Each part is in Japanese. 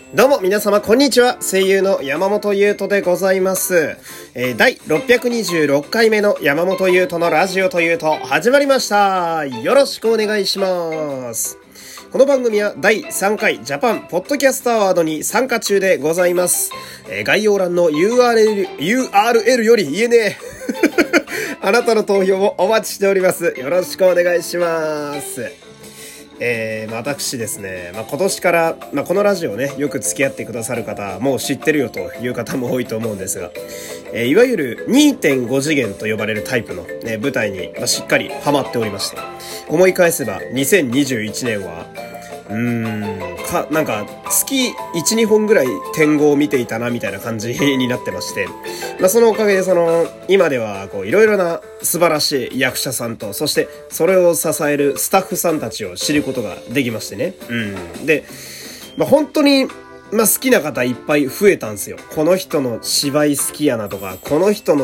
どうも皆様こんにちは。声優の山本優斗でございます。第626回目の山本優斗のラジオというと始まりました。よろしくお願いします。この番組は第3回ジャパンポッドキャストアワードに参加中でございます。概要欄の URL より言えねえあなたの投票をお待ちしております。よろしくお願いします。私ですね、今年から、このラジオね、よく付き合ってくださる方、もう知ってるよという方も多いと思うんですが、いわゆる 2.5 次元と呼ばれるタイプの、舞台に、しっかりハマっておりまして、思い返せば2021年は、なんか月 1,2 本ぐらい天候を見ていたなみたいな感じになってまして、そのおかげで今ではいろいろな素晴らしい役者さんと、そしてそれを支えるスタッフさんたちを知ることができましてね。で、本当に好きな方いっぱい増えたんですよ。この人の芝居好きやなとか、この人の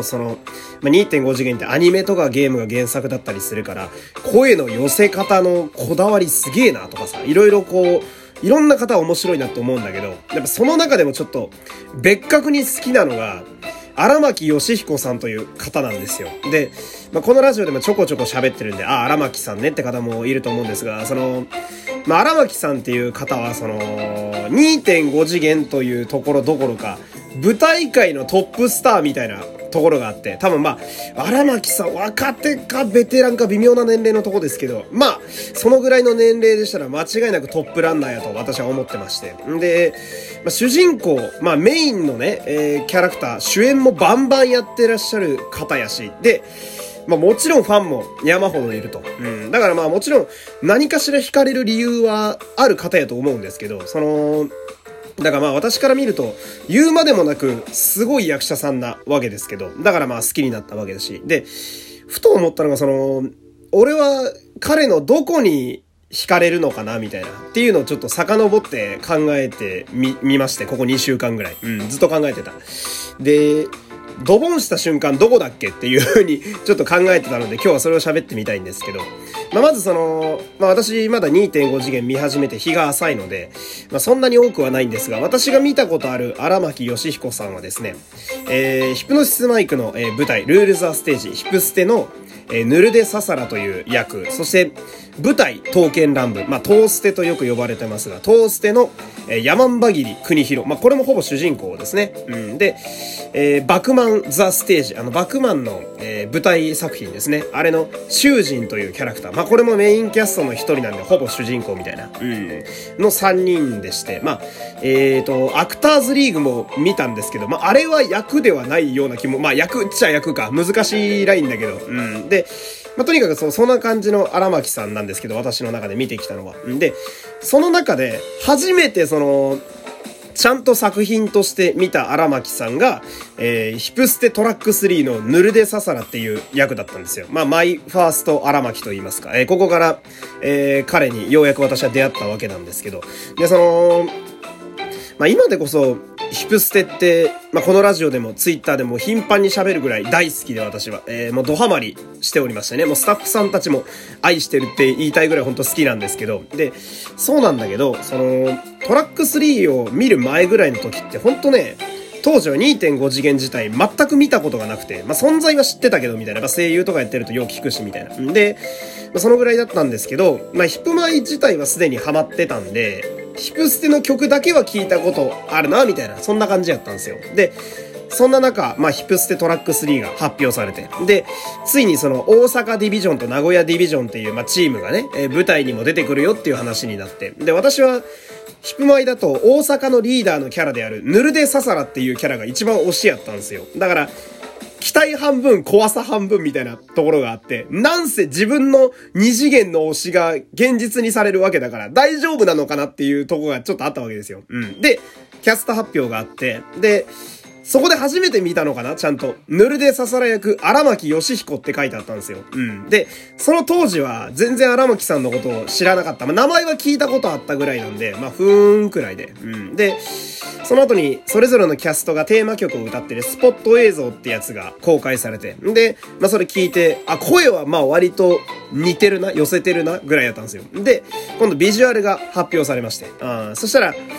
2.5 次元ってアニメとかゲームが原作だったりするから、声の寄せ方のこだわりすげえなとかさ、いろいろいろんな方面白いなと思うんだけど、やっぱその中でもちょっと別格に好きなのが、荒牧義彦さんという方なんですよ。で、このラジオでもちょこちょこ喋ってるんで、荒牧さんねって方もいると思うんですが、荒牧さんっていう方は、2.5 次元というところどころか、舞台界のトップスターみたいなところがあって、多分荒牧さん若手かベテランか微妙な年齢のとこですけど、そのぐらいの年齢でしたら間違いなくトップランナーやと私は思ってまして。で、主人公、メインのね、キャラクター、主演もバンバンやってらっしゃる方やし、で、もちろんファンも山ほどいると。だからもちろん何かしら惹かれる理由はある方やと思うんですけど、だから私から見ると言うまでもなくすごい役者さんなわけですけど、だから好きになったわけだし、で、ふと思ったのが俺は彼のどこに惹かれるのかなみたいなっていうのをちょっと遡って考えてみまして、ここ2週間ぐらい。ずっと考えてた。で、ドボンした瞬間どこだっけっていう風にちょっと考えてたので、今日はそれを喋ってみたいんですけど、まず私まだ 2.5 次元見始めて日が浅いので、そんなに多くはないんですが、私が見たことある荒牧義彦さんはですね、ヒプノシスマイクの、舞台、ルールザステージ、ヒプステのヌルデササラという役、そして舞台刀剣乱舞、トーステとよく呼ばれてますが、トーステのヤマンバギリ国広、これもほぼ主人公ですね。で、バクマンザステージ、バクマンの、舞台作品ですね。あれの囚人というキャラクター、これもメインキャストの一人なんでほぼ主人公みたいな、の3人でして、アクターズリーグも見たんですけど、あれは役ではないような気も、役っちゃ役か、難しいラインだけど、で、とにかくそんな感じの荒牧さんなんですけど、私の中で見てきたのは。で、その中で初めてちゃんと作品として見た荒牧さんが、ヒプステトラック3のヌルデササラっていう役だったんですよ。マイファースト荒牧と言いますか、ここから、彼にようやく私は出会ったわけなんですけど、で、今でこそ、ヒプステって、このラジオでもツイッターでも頻繁に喋るぐらい大好きで私は、もうドハマりしておりましてね、もうスタッフさんたちも愛してるって言いたいぐらい本当好きなんですけど、で、そうなんだけど、トラック3を見る前ぐらいの時って本当ね、当時は 2.5 次元自体全く見たことがなくて、存在は知ってたけどみたいな、声優とかやってるとよく聞くしみたいな。で、そのぐらいだったんですけど、ヒプマイ自体はすでにハマってたんで、ヒプステの曲だけは聞いたことあるなみたいな、そんな感じやったんですよ。で、そんな中、ヒプステトラック3が発表されて、で、ついに大阪ディビジョンと名古屋ディビジョンっていう、チームがね、舞台にも出てくるよっていう話になって、で、私はヒプマイだと大阪のリーダーのキャラであるヌルデササラっていうキャラが一番推しやったんですよ。だから期待半分怖さ半分みたいなところがあって、なんせ自分の二次元の推しが現実にされるわけだから大丈夫なのかなっていうところがちょっとあったわけですよ。で、キャスト発表があって、で、そこで初めて見たのかな、ちゃんと。ヌルデササラ役、荒牧義彦って書いてあったんですよ。で、その当時は全然荒牧さんのことを知らなかった。名前は聞いたことあったぐらいなんで、ふーんくらいで。で、その後にそれぞれのキャストがテーマ曲を歌ってるスポット映像ってやつが公開されて。で、それ聞いて、声は割と似てるな、寄せてるな、ぐらいだったんですよ。で、今度ビジュアルが発表されまして。そしたら、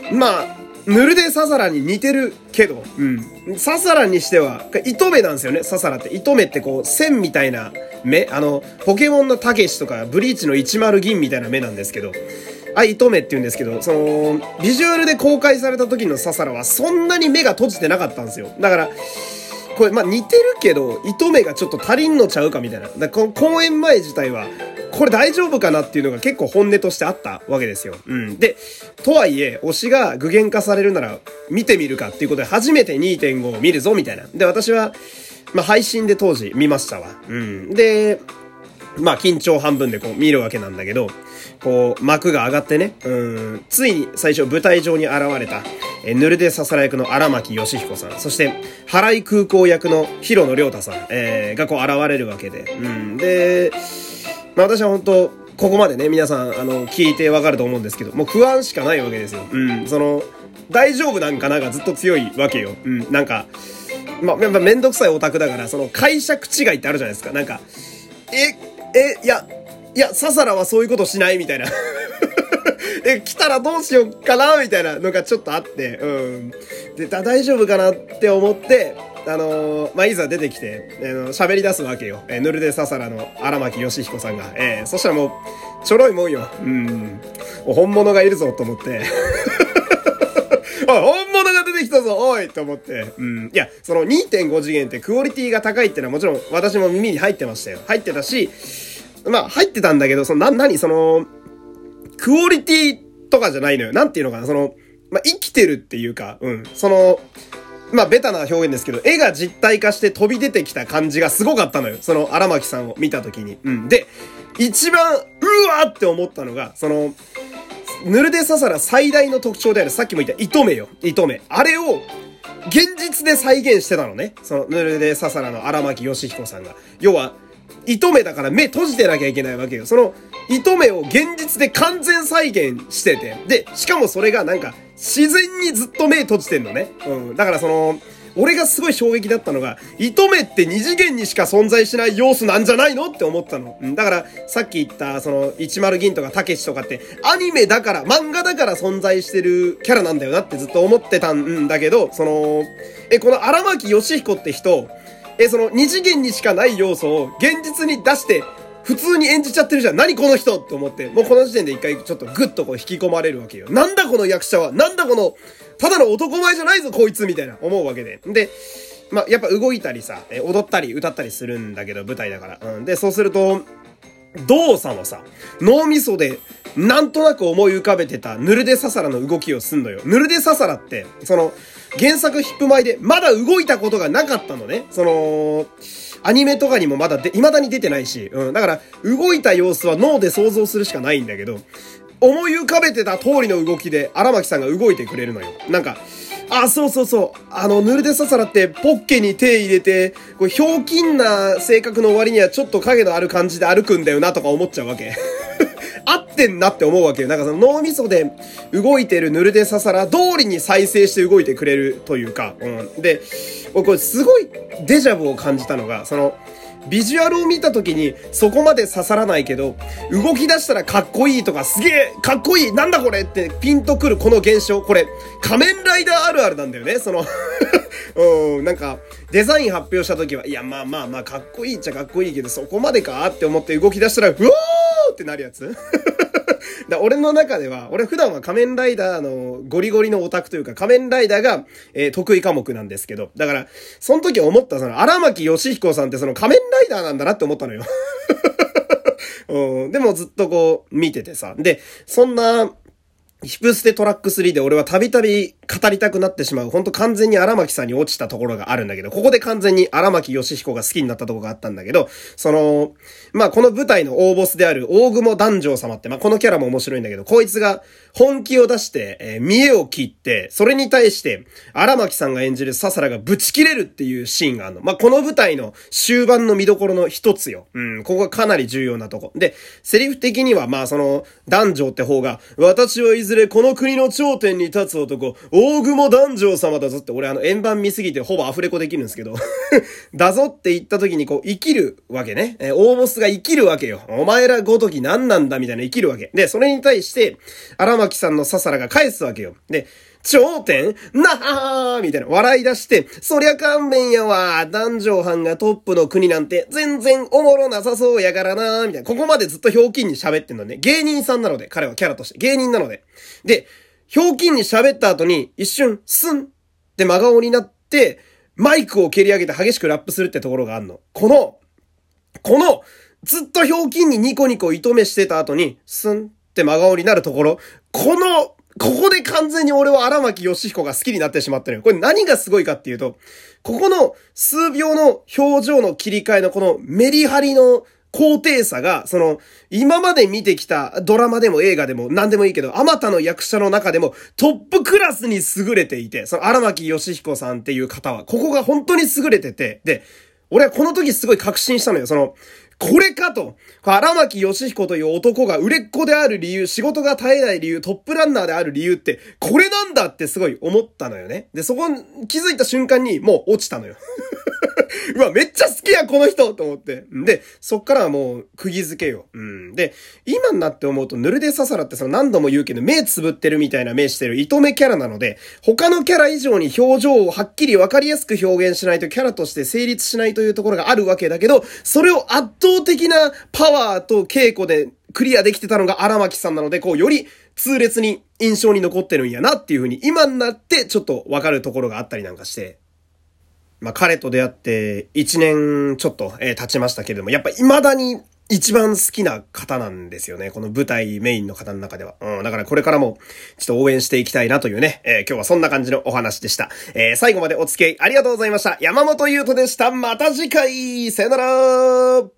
まあ、ヌルデササラに似てるけど、ササラにしては、糸目なんですよね、ササラって。糸目ってこう、線みたいな目ポケモンのタケシとか、ブリーチの10銀みたいな目なんですけど、糸目って言うんですけど、ビジュアルで公開された時のササラは、そんなに目が閉じてなかったんですよ。だから、これ、似てるけど、糸目がちょっと足りんのちゃうかみたいな。この公演前自体は、これ大丈夫かなっていうのが結構本音としてあったわけですよ。で、とはいえ、推しが具現化されるなら見てみるかっていうことで初めて 2.5 を見るぞみたいな。で、私は、配信で当時見ましたわ。で、緊張半分でこう見るわけなんだけど、こう、幕が上がってね、ついに最初舞台上に現れた、ヌルデササラ役の荒牧義彦さん、そして、原井空港役の広野亮太さん、がこう現れるわけで、で、私は本当ここまでね、皆さん、聞いてわかると思うんですけど、もう不安しかないわけですよ。大丈夫なんかながずっと強いわけよ。なんか、やっぱめんどくさいオタクだから、解釈違いってあるじゃないですか。なんか、いや、ササラはそういうことしないみたいな。来たらどうしようかなみたいなのがちょっとあって、で、大丈夫かなって思って、いざ出てきて、喋り出すわけよ。ヌルデササラの荒牧義彦さんが。そしたらもう、ちょろいもんよ。本物がいるぞと思って。本物が出てきたぞおいと思って。いや、2.5 次元ってクオリティが高いってのはもちろん私も耳に入ってましたよ。入ってたし、入ってたんだけど、クオリティとかじゃないのよ。なんていうのかな、生きてるっていうか、ベタな表現ですけど、絵が実体化して飛び出てきた感じがすごかったのよ。荒牧さんを見たときに。で、一番、うわーって思ったのが、ヌルデササラ最大の特徴である、さっきも言った糸目よ。糸目。あれを、現実で再現してたのね。ヌルデササラの荒牧義彦さんが。要は、糸目だから目閉じてなきゃいけないわけよ。糸目を現実で完全再現してて。で、しかもそれがなんか、自然にずっと目閉じてんのね。だから俺がすごい衝撃だったのが、糸目って二次元にしか存在しない要素なんじゃないのって思ったの。だから、さっき言った、10銀とかたけしとかって、アニメだから、漫画だから存在してるキャラなんだよなってずっと思ってたんだけど、この荒牧義彦って人、二次元にしかない要素を現実に出して、普通に演じちゃってるじゃん。何この人って思って、もうこの時点で一回ちょっとグッとこう引き込まれるわけよ。なんだこの役者は、なんだこの、ただの男前じゃないぞこいつみたいな思うわけで。で、やっぱ動いたりさ、踊ったり歌ったりするんだけど、舞台だから。で、そうすると、動作もさ、脳みそでなんとなく思い浮かべてたヌルデササラの動きをすんのよ。ヌルデササラって、原作ヒップ前でまだ動いたことがなかったのね。アニメとかにも未だに出てないし、だから動いた様子は脳で想像するしかないんだけど、思い浮かべてた通りの動きで荒牧さんが動いてくれるのよ。なんか、そうヌルデササラってポッケに手入れて、こうひょうきんな性格の割にはちょっと影のある感じで歩くんだよなとか思っちゃうわけ。合ってんなって思うわけよ。なんか脳みそで動いてるヌルデササラ通りに再生して動いてくれるというか、で、これすごいデジャブを感じたのが、ビジュアルを見た時にそこまで刺さらないけど、動き出したらかっこいいとかすげえかっこいいなんだこれってピンとくるこの現象、これ仮面ライダーあるあるなんだよね。なんかデザイン発表した時は、いやまあかっこいいっちゃかっこいいけどそこまでかって思って動き出したらうおーってなるやつ。俺の中では、俺普段は仮面ライダーのゴリゴリのオタクというか仮面ライダーが、得意科目なんですけど、だからその時思った荒牧義彦さんって仮面ライダーなんだなって思ったのよ。でもずっとこう見ててさ、でそんなヒプステトラック3で俺はたびたび語りたくなってしまう、ほんと完全に荒牧さんに落ちたところがあるんだけど、ここで完全に荒牧義彦が好きになったところがあったんだけど、この舞台の大ボスである大雲壇上様って、このキャラも面白いんだけど、こいつが本気を出して、見栄を切って、それに対して荒牧さんが演じるササラがブチ切れるっていうシーンがあるの。この舞台の終盤の見どころの一つよ。ここがかなり重要なとこ。で、セリフ的には壇上って方が、私はいずれこの国の頂点に立つ男、 大雲団丈様だぞって俺円盤見すぎてほぼアフレコできるんですけど、だぞって言った時にこう生きるわけね。大ボスが生きるわけよ。お前らごとき何なんだみたいな生きるわけ。で、それに対して、荒牧さんのササラが返すわけよ。で、頂点なはーみたいな笑い出して、そりゃ勘弁やわ。男女藩がトップの国なんて全然おもろなさそうやからなーみたいな。ここまでずっとひょうきんに喋ってんのね。芸人さんなので、彼はキャラとして。芸人なので。で、ひょうきんに喋った後に一瞬スンって真顔になって、マイクを蹴り上げて激しくラップするってところがあんの。この、ずっとひょうきんにニコニコ糸目してた後に、スンって真顔になるところ、ここで完全に俺は荒牧義彦が好きになってしまったのよ。これ何がすごいかっていうと、ここの数秒の表情の切り替えのこのメリハリの高低差が、今まで見てきたドラマでも映画でも何でもいいけど、あまたの役者の中でもトップクラスに優れていて、荒牧義彦さんっていう方は、ここが本当に優れてて、で、俺はこの時すごい確信したのよ。これかと。荒牧義彦という男が売れっ子である理由、仕事が絶えない理由、トップランナーである理由って、これなんだってすごい思ったのよね。で、そこ気づいた瞬間にもう落ちたのよ。うわ、めっちゃ好きや、この人と思って。で、そっからはもう、釘付けよ。で、今になって思うと、ヌルデササラって何度も言うけど、目つぶってるみたいな目してる糸目キャラなので、他のキャラ以上に表情をはっきりわかりやすく表現しないとキャラとして成立しないというところがあるわけだけど、それを圧倒的なパワーと稽古でクリアできてたのが荒牧さんなので、より痛烈に印象に残ってるんやなっていう風に、今になってちょっとわかるところがあったりなんかして、彼と出会って1年ちょっと、経ちましたけれども、やっぱ未だに一番好きな方なんですよね。この舞台メインの方の中では。だからこれからもちょっと応援していきたいなというね、今日はそんな感じのお話でした。最後までお付き合いありがとうございました。山本優斗でした。また次回さよなら。